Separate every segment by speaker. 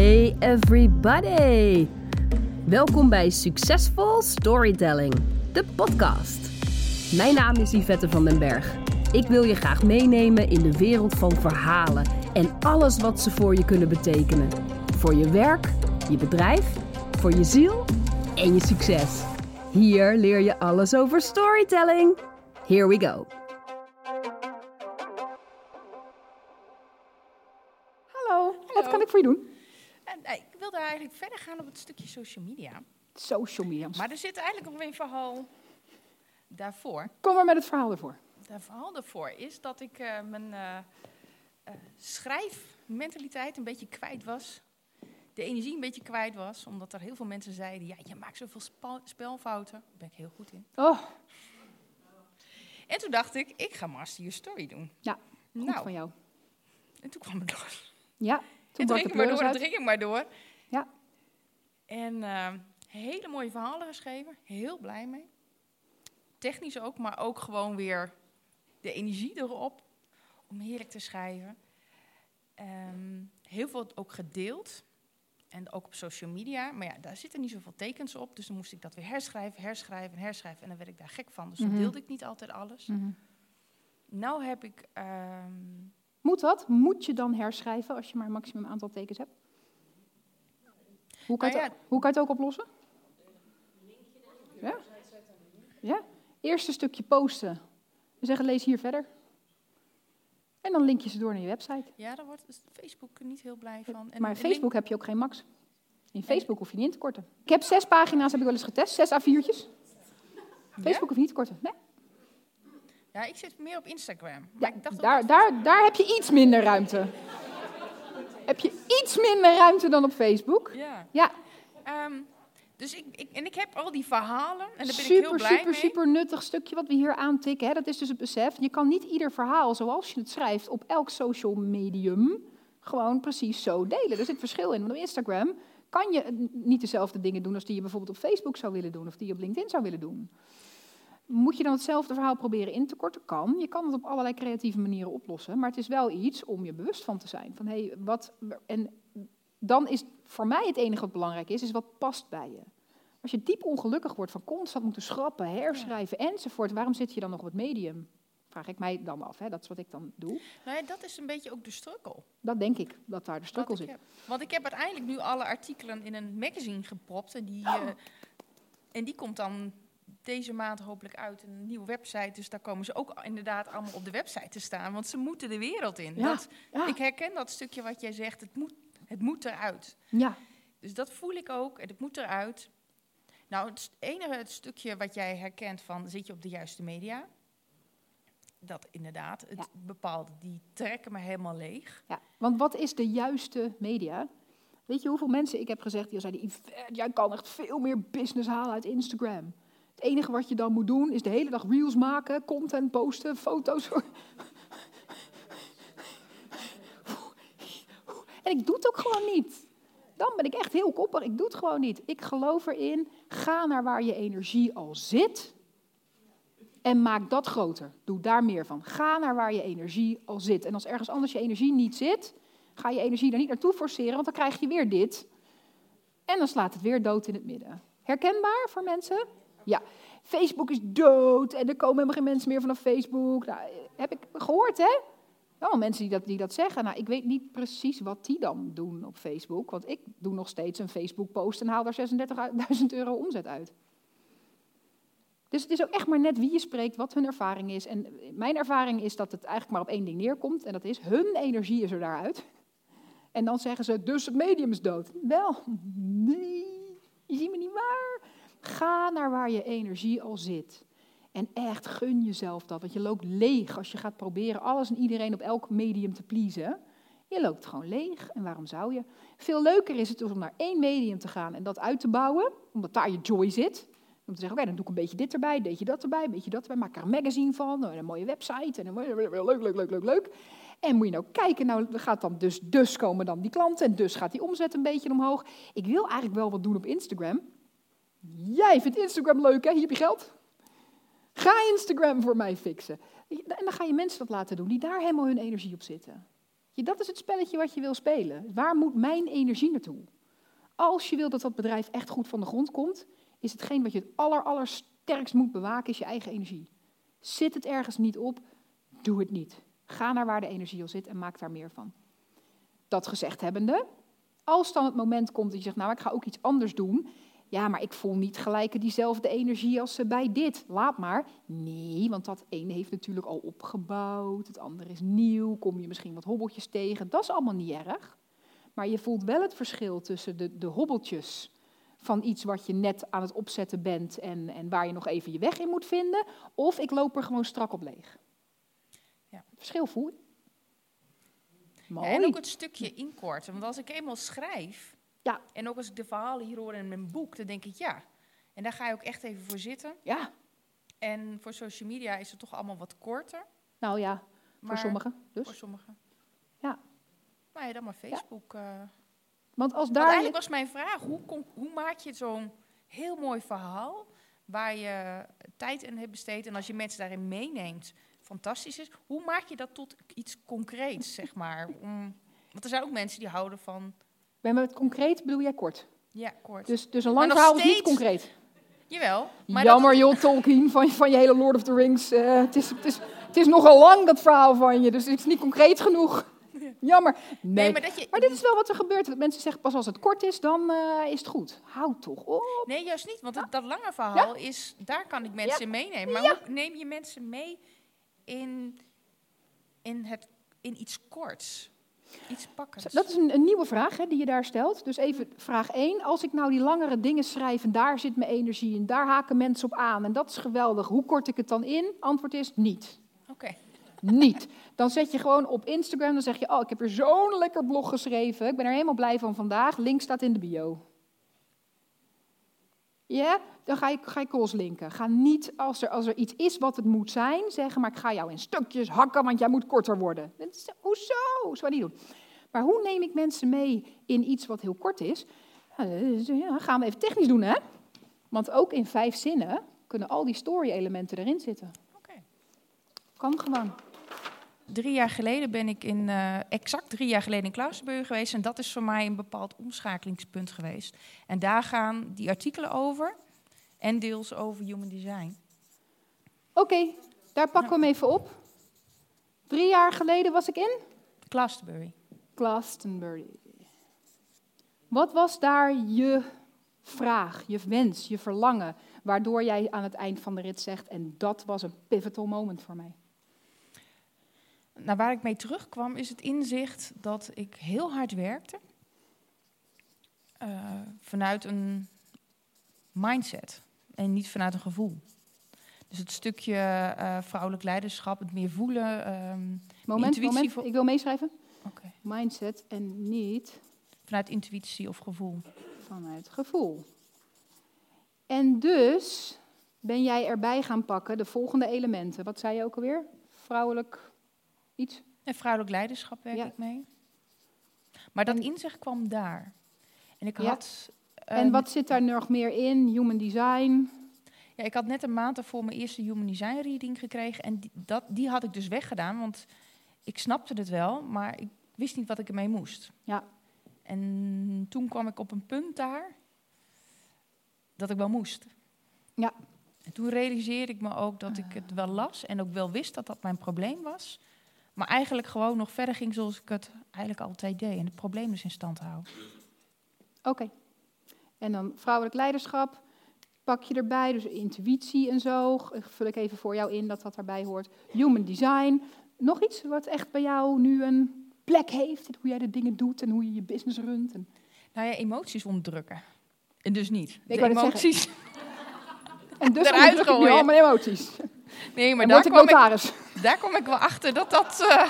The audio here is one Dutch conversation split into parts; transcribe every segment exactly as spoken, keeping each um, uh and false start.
Speaker 1: Hey everybody! Welkom bij Succesvol Storytelling, de podcast. Mijn naam is Yvette van den Berg. Ik wil je graag meenemen in de wereld van verhalen en alles wat ze voor je kunnen betekenen. Voor je werk, je bedrijf, voor je ziel en je succes. Hier leer je alles over storytelling. Here we go!
Speaker 2: Hallo, wat kan ik voor je doen?
Speaker 3: Uh, ik wilde eigenlijk verder gaan op het stukje social media.
Speaker 2: Social media.
Speaker 3: Maar er zit eigenlijk nog een verhaal daarvoor.
Speaker 2: Kom maar met het verhaal ervoor.
Speaker 3: Het verhaal daarvoor is dat ik uh, mijn uh, uh, schrijfmentaliteit een beetje kwijt was. De energie een beetje kwijt was. Omdat er heel veel mensen zeiden, ja, je maakt zoveel spa- spelfouten. Daar ben ik heel goed in.
Speaker 2: Oh.
Speaker 3: En toen dacht ik, ik ga Master Your Story doen.
Speaker 2: Ja, goed
Speaker 3: nou,
Speaker 2: van jou.
Speaker 3: En toen kwam het door.
Speaker 2: Ja, toen
Speaker 3: en toen ging ik maar door,
Speaker 2: uit.
Speaker 3: toen ging ik maar door.
Speaker 2: Ja.
Speaker 3: En uh, hele mooie verhalen geschreven. Heel blij mee. Technisch ook, maar ook gewoon weer de energie erop. Om heerlijk te schrijven. Um, heel veel ook gedeeld. En ook op social media. Maar ja, daar zitten niet zoveel tekens op. Dus dan moest ik dat weer herschrijven, herschrijven en herschrijven. En dan werd ik daar gek van. Dus dan
Speaker 2: mm-hmm.
Speaker 3: deelde ik niet altijd alles.
Speaker 2: Mm-hmm.
Speaker 3: Nou heb ik... Um,
Speaker 2: Moet dat? Moet je dan herschrijven als je maar een maximum aantal tekens hebt? Hoe kan,
Speaker 3: nou
Speaker 2: het,
Speaker 3: ja,
Speaker 2: hoe kan je het ook oplossen? Ja? Ja? Eerste stukje posten. We zeggen, lees hier verder. En dan link je ze door naar je website.
Speaker 3: Ja, daar wordt Facebook niet heel blij van. En
Speaker 2: maar in
Speaker 3: en
Speaker 2: Facebook
Speaker 3: link...
Speaker 2: heb je ook geen max. In Facebook hoef je niet in te korten. Ik heb zes pagina's, heb ik wel eens getest. Zes A viertjes. Facebook
Speaker 3: ja?
Speaker 2: hoef je niet te korten. Nee.
Speaker 3: Ja, ik zit meer op Instagram.
Speaker 2: Ja,
Speaker 3: ik dacht
Speaker 2: daar,
Speaker 3: dat
Speaker 2: daar, daar heb je iets minder ruimte. Heb je iets minder ruimte dan op Facebook?
Speaker 3: Ja.
Speaker 2: Ja.
Speaker 3: Um, dus ik, ik, en ik heb al die verhalen en daar ben
Speaker 2: super,
Speaker 3: ik heel blij
Speaker 2: super,
Speaker 3: mee.
Speaker 2: super nuttig stukje wat we hier aantikken. Hè? Dat is dus het besef. Je kan niet ieder verhaal zoals je het schrijft op elk social medium gewoon precies zo delen. Er zit verschil in. Want op Instagram kan je niet dezelfde dingen doen als die je bijvoorbeeld op Facebook zou willen doen of die je op LinkedIn zou willen doen. Moet je dan hetzelfde verhaal proberen in te korten? Kan. Je kan het op allerlei creatieve manieren oplossen. Maar het is wel iets om je bewust van te zijn. Van, hey, wat, en dan is voor mij het enige wat belangrijk is, is wat past bij je. Als je diep ongelukkig wordt van constant moeten schrappen, herschrijven ja. enzovoort, waarom zit je dan nog op het medium? Vraag ik mij dan af. Hè? Dat is wat ik dan doe.
Speaker 3: Nou ja, dat is een beetje ook de struggle.
Speaker 2: Dat denk ik, dat daar de struggle zit.
Speaker 3: Heb. Want ik heb uiteindelijk nu alle artikelen in een magazine gepropt. En die, uh, en die komt dan deze maand hopelijk uit, een nieuwe website. Dus daar komen ze ook inderdaad allemaal op de website te staan. Want ze moeten de wereld in.
Speaker 2: Ja,
Speaker 3: dat,
Speaker 2: ja.
Speaker 3: Ik herken dat stukje wat jij zegt, het moet, het moet eruit.
Speaker 2: Ja.
Speaker 3: Dus dat voel ik ook, het moet eruit. Nou, het enige het stukje wat jij herkent van, zit je op de juiste media? Dat inderdaad, het
Speaker 2: ja.
Speaker 3: bepaalde, die trekken me helemaal leeg.
Speaker 2: Ja, want wat is de juiste media? Weet je hoeveel mensen ik heb gezegd, die zeiden, jij kan echt veel meer business halen uit Instagram. Het enige wat je dan moet doen, is de hele dag reels maken, content posten, foto's. En ik doe het ook gewoon niet. Dan ben ik echt heel koppig, ik doe het gewoon niet. Ik geloof erin, ga naar waar je energie al zit en maak dat groter. Doe daar meer van. Ga naar waar je energie al zit. En als ergens anders je energie niet zit, ga je energie daar niet naartoe forceren, want dan krijg je weer dit. En dan slaat het weer dood in het midden. Herkenbaar voor mensen? Ja. Facebook is dood en er komen helemaal geen mensen meer vanaf Facebook. Nou, heb ik gehoord, hè? Allemaal mensen die dat, die dat zeggen. Nou, ik weet niet precies wat die dan doen op Facebook. Want ik doe nog steeds een Facebook-post en haal daar zesendertigduizend euro omzet uit. Dus het is ook echt maar net wie je spreekt, wat hun ervaring is. En mijn ervaring is dat het eigenlijk maar op één ding neerkomt. En dat is, hun energie is er daaruit. En dan zeggen ze, dus het medium is dood. Wel, nee, je ziet me niet waar. Ga naar waar je energie al zit. En echt gun jezelf dat, want je loopt leeg als je gaat proberen alles en iedereen op elk medium te pleasen. Je loopt gewoon leeg. En waarom zou je? Veel leuker is het om naar één medium te gaan en dat uit te bouwen, omdat daar je joy zit. Om te zeggen, oké, okay, dan doe ik een beetje dit erbij, een beetje dat erbij, een beetje dat erbij. Maak er een magazine van, een mooie website. En een leuk, leuk, leuk, leuk, leuk. En moet je nou kijken, nou gaat dan dus, dus komen dan die klanten en dus gaat die omzet een beetje omhoog. Ik wil eigenlijk wel wat doen op Instagram. Jij vindt Instagram leuk, hè? Hier heb je geld. Ga Instagram voor mij fixen. En dan ga je mensen dat laten doen die daar helemaal hun energie op zitten. Je, dat is het spelletje wat je wil spelen. Waar moet mijn energie naartoe? Als je wil dat dat bedrijf echt goed van de grond komt, is hetgeen wat je het aller, allersterkst moet bewaken, is je eigen energie. Zit het ergens niet op, doe het niet. Ga naar waar de energie al zit en maak daar meer van. Dat gezegd hebbende, als dan het moment komt dat je zegt, nou ik ga ook iets anders doen. Ja, maar ik voel niet gelijk diezelfde energie als bij dit. Laat maar. Nee, want dat ene heeft natuurlijk al opgebouwd. Het andere is nieuw. Kom je misschien wat hobbeltjes tegen. Dat is allemaal niet erg. Maar je voelt wel het verschil tussen de, de hobbeltjes van iets wat je net aan het opzetten bent en, en waar je nog even je weg in moet vinden. Of ik loop er gewoon strak op leeg.
Speaker 3: Ja.
Speaker 2: Verschil voel je.
Speaker 3: Ja, en ook het stukje inkorten. Want als ik eenmaal schrijf,
Speaker 2: ja.
Speaker 3: en ook als ik de verhalen hier hoor in mijn boek, dan denk ik ja. En daar ga je ook echt even voor zitten.
Speaker 2: Ja.
Speaker 3: En voor social media is het toch allemaal wat korter.
Speaker 2: Nou ja, voor
Speaker 3: maar
Speaker 2: sommigen dus.
Speaker 3: Voor sommigen.
Speaker 2: Ja.
Speaker 3: Nou ja, dan maar Facebook. Ja. Uh...
Speaker 2: Want als daar...
Speaker 3: Want eigenlijk was mijn vraag, hoe, kom, hoe maak je zo'n heel mooi verhaal waar je tijd in hebt besteed en als je mensen daarin meeneemt, fantastisch is. Hoe maak je dat tot iets concreets, zeg maar? Om, want er zijn ook mensen die houden van...
Speaker 2: Ben met concreet bedoel jij kort?
Speaker 3: Ja, kort.
Speaker 2: Dus, dus een lang verhaal steeds... is niet concreet?
Speaker 3: Jawel.
Speaker 2: Maar Jammer, dat... joh, Tolkien, van, van je hele Lord of the Rings. Uh, het, is, het, is, het is nogal lang, dat verhaal van je, dus het is niet concreet genoeg. Jammer. Nee, nee maar, dat je... maar dit is wel wat er gebeurt. Dat mensen zeggen, pas als het kort is, dan uh, is het goed. Houd toch op.
Speaker 3: Nee, juist niet, want het, dat lange verhaal, ja? is, daar kan ik mensen ja? meenemen. Maar ja? hoe neem je mensen mee in, in, het, in iets korts? Iets pakkends.
Speaker 2: Dat is een, een nieuwe vraag hè, die je daar stelt. Dus even vraag één. Als ik nou die langere dingen schrijf en daar zit mijn energie in, daar haken mensen op aan en dat is geweldig. Hoe kort ik het dan in? Antwoord is niet.
Speaker 3: Oké. Okay.
Speaker 2: Niet. Dan zet je gewoon op Instagram, dan zeg je, oh, ik heb er zo'n lekker blog geschreven. Ik ben er helemaal blij van vandaag. Link staat in de bio. Ja, dan ga je, ga je calls linken. Ga niet, als er, als er iets is wat het moet zijn, zeggen, maar ik ga jou in stukjes hakken, want jij moet korter worden. Dat is, hoezo? Zou niet doen. Maar hoe neem ik mensen mee in iets wat heel kort is? Ja, gaan we even technisch doen, hè? Want ook in vijf zinnen kunnen al die story-elementen erin zitten.
Speaker 3: Oké. Okay.
Speaker 2: Kan gewoon.
Speaker 3: Drie jaar geleden ben ik in, uh, exact drie jaar geleden in Klausenburg geweest. En dat is voor mij een bepaald omschakelingspunt geweest. En daar gaan die artikelen over. En deels over human design.
Speaker 2: Oké, okay, daar pakken we hem even op. Drie jaar geleden was ik in?
Speaker 3: Glastonbury.
Speaker 2: Glastonbury. Wat was daar je vraag, je wens, je verlangen, waardoor jij aan het eind van de rit zegt, en dat was een pivotal moment voor mij?
Speaker 3: Nou, waar ik mee terugkwam is het inzicht dat ik heel hard werkte. Uh, vanuit een mindset en niet vanuit een gevoel. Dus het stukje uh, vrouwelijk leiderschap, het meer voelen. Um,
Speaker 2: moment, moment, vo- ik wil meeschrijven.
Speaker 3: Okay.
Speaker 2: Mindset en niet...
Speaker 3: Vanuit intuïtie of gevoel.
Speaker 2: Vanuit gevoel. En dus ben jij erbij gaan pakken de volgende elementen. Wat zei je ook alweer? Vrouwelijk iets?
Speaker 3: En vrouwelijk leiderschap werk ja. ik mee. Maar dat en, inzicht kwam daar. En ik
Speaker 2: ja.
Speaker 3: had...
Speaker 2: Uh, en wat zit daar nog meer in? Human design?
Speaker 3: Ja, ik had net een maand ervoor mijn eerste human design reading gekregen. En die, dat, die had ik dus weggedaan, want ik snapte het wel, maar ik wist niet wat ik ermee moest.
Speaker 2: Ja.
Speaker 3: En toen kwam ik op een punt daar dat ik wel moest.
Speaker 2: Ja.
Speaker 3: En toen realiseerde ik me ook dat ik het wel las en ook wel wist dat dat mijn probleem was. Maar eigenlijk gewoon nog verder ging zoals ik het eigenlijk altijd deed. En het probleem dus in stand houden.
Speaker 2: Oké. Okay. En dan vrouwelijk leiderschap pak je erbij. Dus intuïtie en zo. Vul ik even voor jou in dat dat daarbij hoort. Human design. Nog iets wat echt bij jou nu een plek heeft. Hoe jij de dingen doet en hoe je je business runt. En...
Speaker 3: Nou ja, emoties onderdrukken. En dus niet.
Speaker 2: Ik
Speaker 3: de emoties.
Speaker 2: En dus onderdruk ik nu al mijn emoties.
Speaker 3: Nee, maar
Speaker 2: en
Speaker 3: daar
Speaker 2: ik
Speaker 3: kom
Speaker 2: notaris.
Speaker 3: Ik, daar kom ik wel achter dat dat... Uh...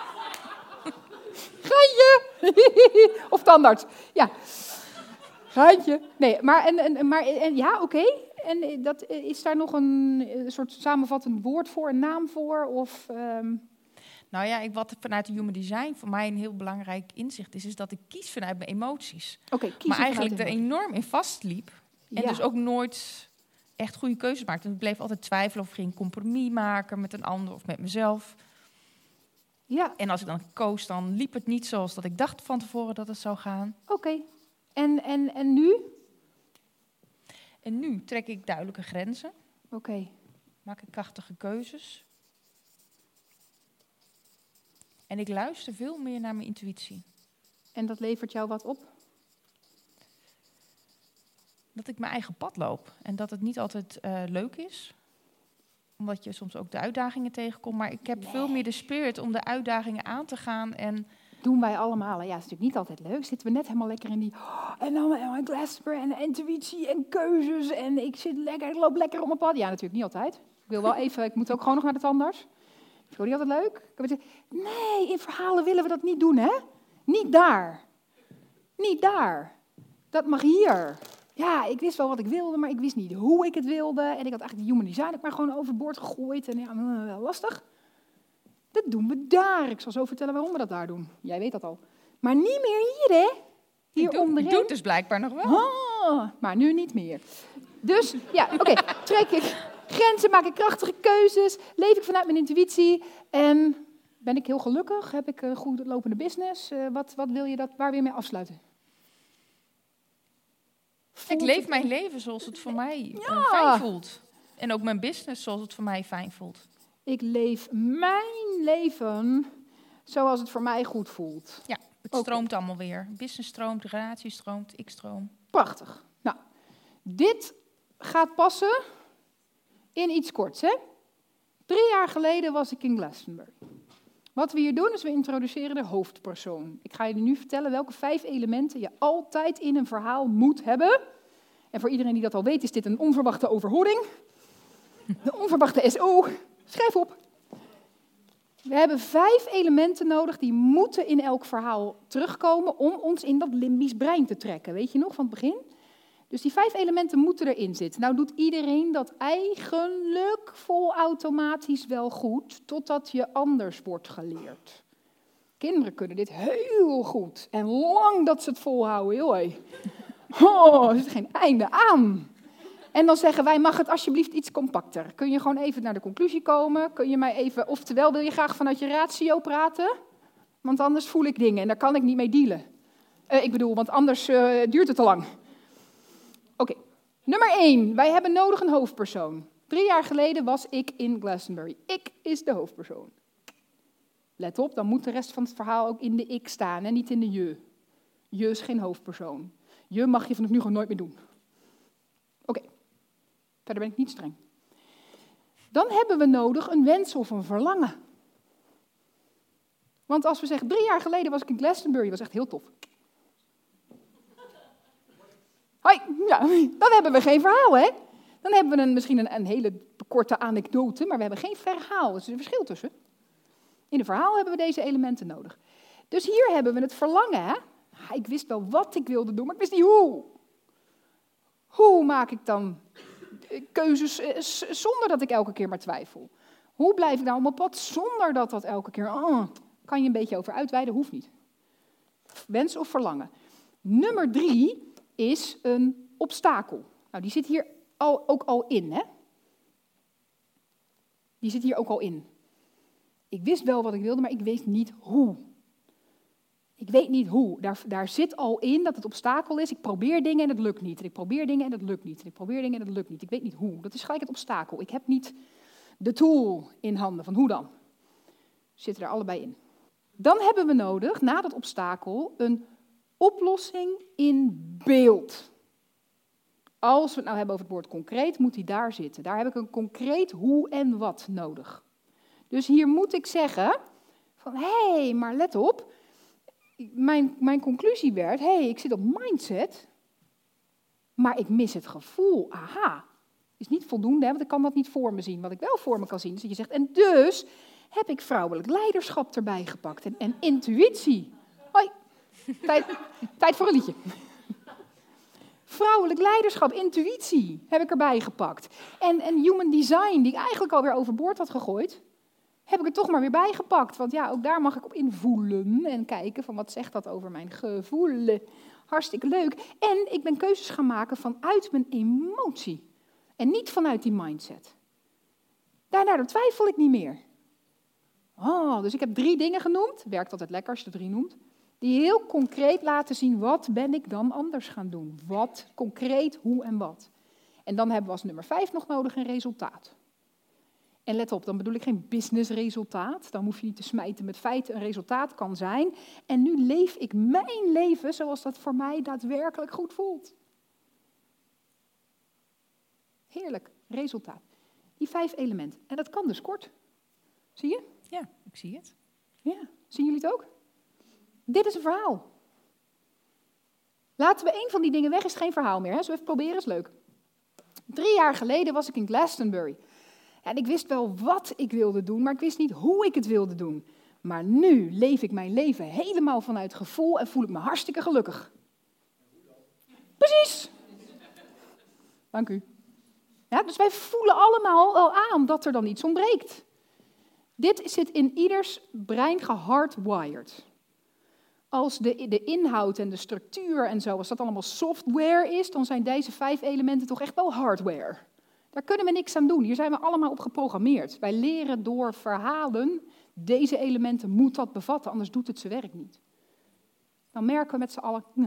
Speaker 2: Geintje! Of tandarts. Ja. Geintje. Nee, maar, en, en, maar en, ja, oké. Okay. En dat, is daar nog een, een soort samenvattend woord voor, een naam voor? Of... Um...
Speaker 3: Nou ja, ik, wat vanuit de human design voor mij een heel belangrijk inzicht is, is dat ik kies vanuit mijn emoties.
Speaker 2: Okay,
Speaker 3: maar eigenlijk er enorm in vastliep. En
Speaker 2: ja.
Speaker 3: dus ook nooit echt goede keuzes maakte. Ik bleef altijd twijfelen of ik ging een compromis maken met een ander of met mezelf.
Speaker 2: Ja,
Speaker 3: En als ik dan koos, dan liep het niet zoals dat ik dacht van tevoren dat het zou gaan.
Speaker 2: oké. Okay. En, en, en nu?
Speaker 3: En nu trek ik duidelijke grenzen.
Speaker 2: Oké. Okay.
Speaker 3: Maak ik krachtige keuzes. En ik luister veel meer naar mijn intuïtie.
Speaker 2: En dat levert jou wat op?
Speaker 3: Dat ik mijn eigen pad loop. En dat het niet altijd uh, leuk is. Omdat je soms ook de uitdagingen tegenkomt. Maar ik heb nee. veel meer de spirit om de uitdagingen aan te gaan. En
Speaker 2: doen wij allemaal. Ja, het is natuurlijk niet altijd leuk. Zitten we net helemaal lekker in die... Oh, en dan en Glasper en intuïtie en keuzes. En ik zit lekker, ik loop lekker op mijn pad. Ja, natuurlijk niet altijd. Ik wil wel even... Ik moet ook gewoon nog naar de tandarts. Is gewoon niet altijd leuk. Nee, in verhalen willen we dat niet doen, hè? Niet daar. Niet daar. Dat mag hier. Ja, ik wist wel wat ik wilde, maar ik wist niet hoe ik het wilde. En ik had eigenlijk de human design ook maar gewoon overboord gegooid. En ja, wel lastig. Dat doen we daar. Ik zal zo vertellen waarom we dat daar doen. Jij weet dat al. Maar niet meer hier, hè? Hier
Speaker 3: ik doe,
Speaker 2: onderin.
Speaker 3: Ik doe het dus blijkbaar nog wel.
Speaker 2: Oh, maar nu niet meer. Dus, ja, oké. Okay. Trek ik grenzen, maak ik krachtige keuzes. Leef ik vanuit mijn intuïtie. En ben ik heel gelukkig? Heb ik een goed lopende business? Uh, wat, wat wil je dat, waar wil je mee afsluiten?
Speaker 3: Ik leef mijn leven zoals het voor mij ja. uh, fijn voelt. En ook mijn business zoals het voor mij fijn voelt.
Speaker 2: Ik leef mijn leven zoals het voor mij goed voelt.
Speaker 3: Ja, het okay. stroomt allemaal weer. Business stroomt, de relatie stroomt, ik stroom.
Speaker 2: Prachtig. Nou, dit gaat passen in iets korts, hè? Drie jaar geleden was ik in Glastonbury. Wat we hier doen is we introduceren de hoofdpersoon. Ik ga je nu vertellen welke vijf elementen je altijd in een verhaal moet hebben. En voor iedereen die dat al weet is dit een onverwachte overhoring. De onverwachte S O. Schrijf op. We hebben vijf elementen nodig die moeten in elk verhaal terugkomen om ons in dat limbisch brein te trekken. Weet je nog van het begin? Dus die vijf elementen moeten erin zitten. Nou doet iedereen dat eigenlijk volautomatisch wel goed, totdat je anders wordt geleerd. Kinderen kunnen dit heel goed. En lang dat ze het volhouden, joh. Oh, er zit geen einde aan. En dan zeggen wij, mag het alsjeblieft iets compacter? Kun je gewoon even naar de conclusie komen? Kun je mij even, oftewel wil je graag vanuit je ratio praten? Want anders voel ik dingen en daar kan ik niet mee dealen. Uh, ik bedoel, want anders uh, duurt het te lang. Oké, okay. Nummer één. Wij hebben nodig een hoofdpersoon. Drie jaar geleden was ik in Glastonbury. Ik is de hoofdpersoon. Let op, dan moet de rest van het verhaal ook in de ik staan en niet in de je. Je is geen hoofdpersoon. Je mag je vanaf nu gewoon nooit meer doen. Oké, okay. Verder ben ik niet streng. Dan hebben we nodig een wens of een verlangen. Want als we zeggen, drie jaar geleden was ik in Glastonbury, was echt heel tof. Hoi, ja, dan hebben we geen verhaal, hè? Dan hebben we een, misschien een, een hele korte anekdote, maar we hebben geen verhaal. Er is een verschil tussen. In een verhaal hebben we deze elementen nodig. Dus hier hebben we het verlangen, hè? Ik wist wel wat ik wilde doen, maar ik wist niet hoe. Hoe maak ik dan keuzes zonder dat ik elke keer maar twijfel? Hoe blijf ik nou op mijn pad zonder dat dat elke keer... Oh, kan je een beetje over uitweiden? Hoeft niet. Wens of verlangen. Nummer drie is een obstakel. Nou, die zit hier al, ook al in, hè? Die zit hier ook al in. Ik wist wel wat ik wilde, maar ik wist niet hoe. Ik weet niet hoe. Daar, daar zit al in dat het obstakel is. Ik probeer dingen en het lukt niet. En ik probeer dingen en het lukt niet. En ik probeer dingen en het lukt niet. Ik weet niet hoe. Dat is gelijk het obstakel. Ik heb niet de tool in handen. Van hoe dan? Zitten er allebei in. Dan hebben we nodig, na dat obstakel, een oplossing in beeld. Als we het nou hebben over het woord concreet, moet die daar zitten. Daar heb ik een concreet hoe en wat nodig. Dus hier moet ik zeggen van, hé, hey, maar let op. Mijn, mijn conclusie werd, hé, hey, ik zit op mindset, maar ik mis het gevoel. Aha, is niet voldoende, hè, want ik kan dat niet voor me zien. Wat ik wel voor me kan zien, is dat je zegt, en dus heb ik vrouwelijk leiderschap erbij gepakt en, en intuïtie. Hoi, tijd, tijd voor een liedje. Vrouwelijk leiderschap, intuïtie heb ik erbij gepakt. En, en human design, die ik eigenlijk alweer overboord had gegooid, heb ik er toch maar weer bijgepakt. Want ja, ook daar mag ik op invoelen en kijken van wat zegt dat over mijn gevoel. Hartstikke leuk. En ik ben keuzes gaan maken vanuit mijn emotie. En niet vanuit die mindset. Daarna twijfel ik niet meer. Oh, dus ik heb drie dingen genoemd. Werkt altijd lekker als je de drie noemt. Die heel concreet laten zien, wat ben ik dan anders gaan doen? Wat, concreet, hoe en wat. En dan hebben we als nummer vijf nog nodig een resultaat. En let op, dan bedoel ik geen businessresultaat. Dan hoef je niet te smijten met feiten. Een resultaat kan zijn. En nu leef ik mijn leven zoals dat voor mij daadwerkelijk goed voelt. Heerlijk, resultaat. Die vijf elementen. En dat kan dus kort. Zie je?
Speaker 3: Ja, ik zie het.
Speaker 2: Ja, zien jullie het ook? Dit is een verhaal. Laten we één van die dingen weg, is het geen verhaal meer. Hè? Zo even proberen, is leuk. Drie jaar geleden was ik in Glastonbury. En ik wist wel wat ik wilde doen, maar ik wist niet hoe ik het wilde doen. Maar nu leef ik mijn leven helemaal vanuit gevoel en voel ik me hartstikke gelukkig. Precies. Dank u. Ja, dus wij voelen allemaal wel aan dat er dan iets ontbreekt. Dit zit in ieders brein gehardwired. Als de, de inhoud en de structuur en zo, als dat allemaal software is, dan zijn deze vijf elementen toch echt wel hardware. Daar kunnen we niks aan doen. Hier zijn we allemaal op geprogrammeerd. Wij leren door verhalen, deze elementen moet dat bevatten, anders doet het zijn werk niet. Dan merken we met z'n allen, nee.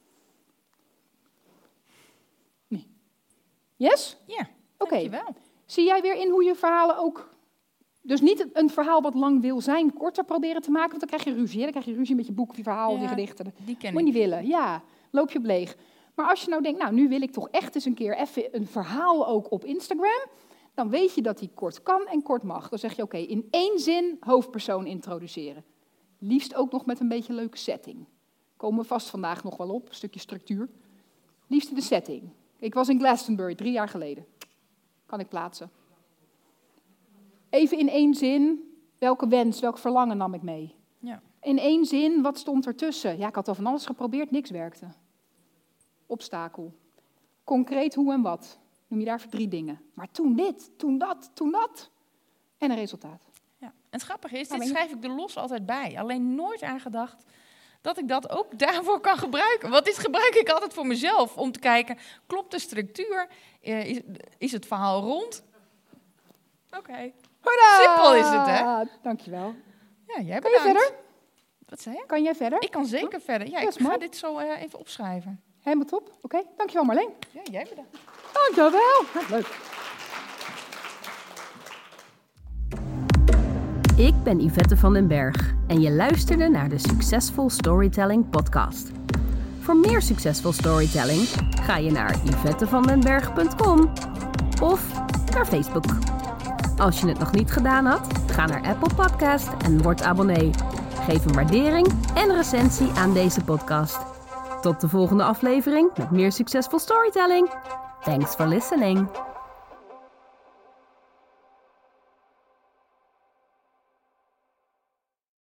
Speaker 2: nee. Yes?
Speaker 3: Ja,
Speaker 2: Oké.
Speaker 3: dankjewel.
Speaker 2: Zie jij weer in hoe je verhalen ook... Dus niet een verhaal wat lang wil zijn, korter proberen te maken, want dan krijg je ruzie. Hè? Dan krijg je ruzie met je boek, of je verhaal, of
Speaker 3: Ja,
Speaker 2: je gedichten.
Speaker 3: Die ken
Speaker 2: Moet je
Speaker 3: ik.
Speaker 2: niet willen, ja. Loop je op leeg. Maar als je nou denkt, nou, nu wil ik toch echt eens een keer even een verhaal ook op Instagram, dan weet je dat die kort kan en kort mag. Dan zeg je, oké, okay, in één zin hoofdpersoon introduceren. Liefst ook nog met een beetje leuke setting. Komen we vast vandaag nog wel op, een stukje structuur. Liefst in de setting. Ik was in Glastonbury drie jaar geleden. Kan ik plaatsen. Even in één zin, welke wens, welk verlangen nam ik mee?
Speaker 3: Ja.
Speaker 2: In één zin, wat stond ertussen? Ja, ik had al van alles geprobeerd, niks werkte. Obstakel. Concreet hoe en wat. Noem je daarvoor drie dingen. Maar toen dit, toen dat, toen dat. En een resultaat.
Speaker 3: Ja. En het grappige is,
Speaker 2: Nou,
Speaker 3: dit
Speaker 2: ben je-
Speaker 3: schrijf ik er los altijd bij. Alleen nooit aan gedacht dat ik dat ook daarvoor kan gebruiken. Want dit gebruik ik altijd voor mezelf. Om te kijken, klopt de structuur? Eh, is, is het verhaal rond? Oké. Okay.
Speaker 2: Hoera!
Speaker 3: Simpel is het, hè?
Speaker 2: Dankjewel.
Speaker 3: Ja, jij
Speaker 2: Kan je
Speaker 3: bedankt.
Speaker 2: verder?
Speaker 3: Wat zei je?
Speaker 2: Kan jij verder?
Speaker 3: Ik kan zeker verder. Ja,
Speaker 2: Dat
Speaker 3: ik
Speaker 2: is
Speaker 3: ga
Speaker 2: mooi.
Speaker 3: dit zo eh, even opschrijven.
Speaker 2: Helemaal top. Oké, okay. Dankjewel Marleen.
Speaker 3: Ja, jij bedankt.
Speaker 2: Dankjewel. Ja, leuk.
Speaker 1: Ik ben Yvette van den Berg en je luisterde naar de Successful Storytelling podcast. Voor meer succesvol storytelling ga je naar yvette van den berg punt com of naar Facebook. Als je het nog niet gedaan had, ga naar Apple Podcast en word abonnee. Geef een waardering en recensie aan deze podcast. Tot de volgende aflevering met meer succesvol storytelling. Thanks for listening.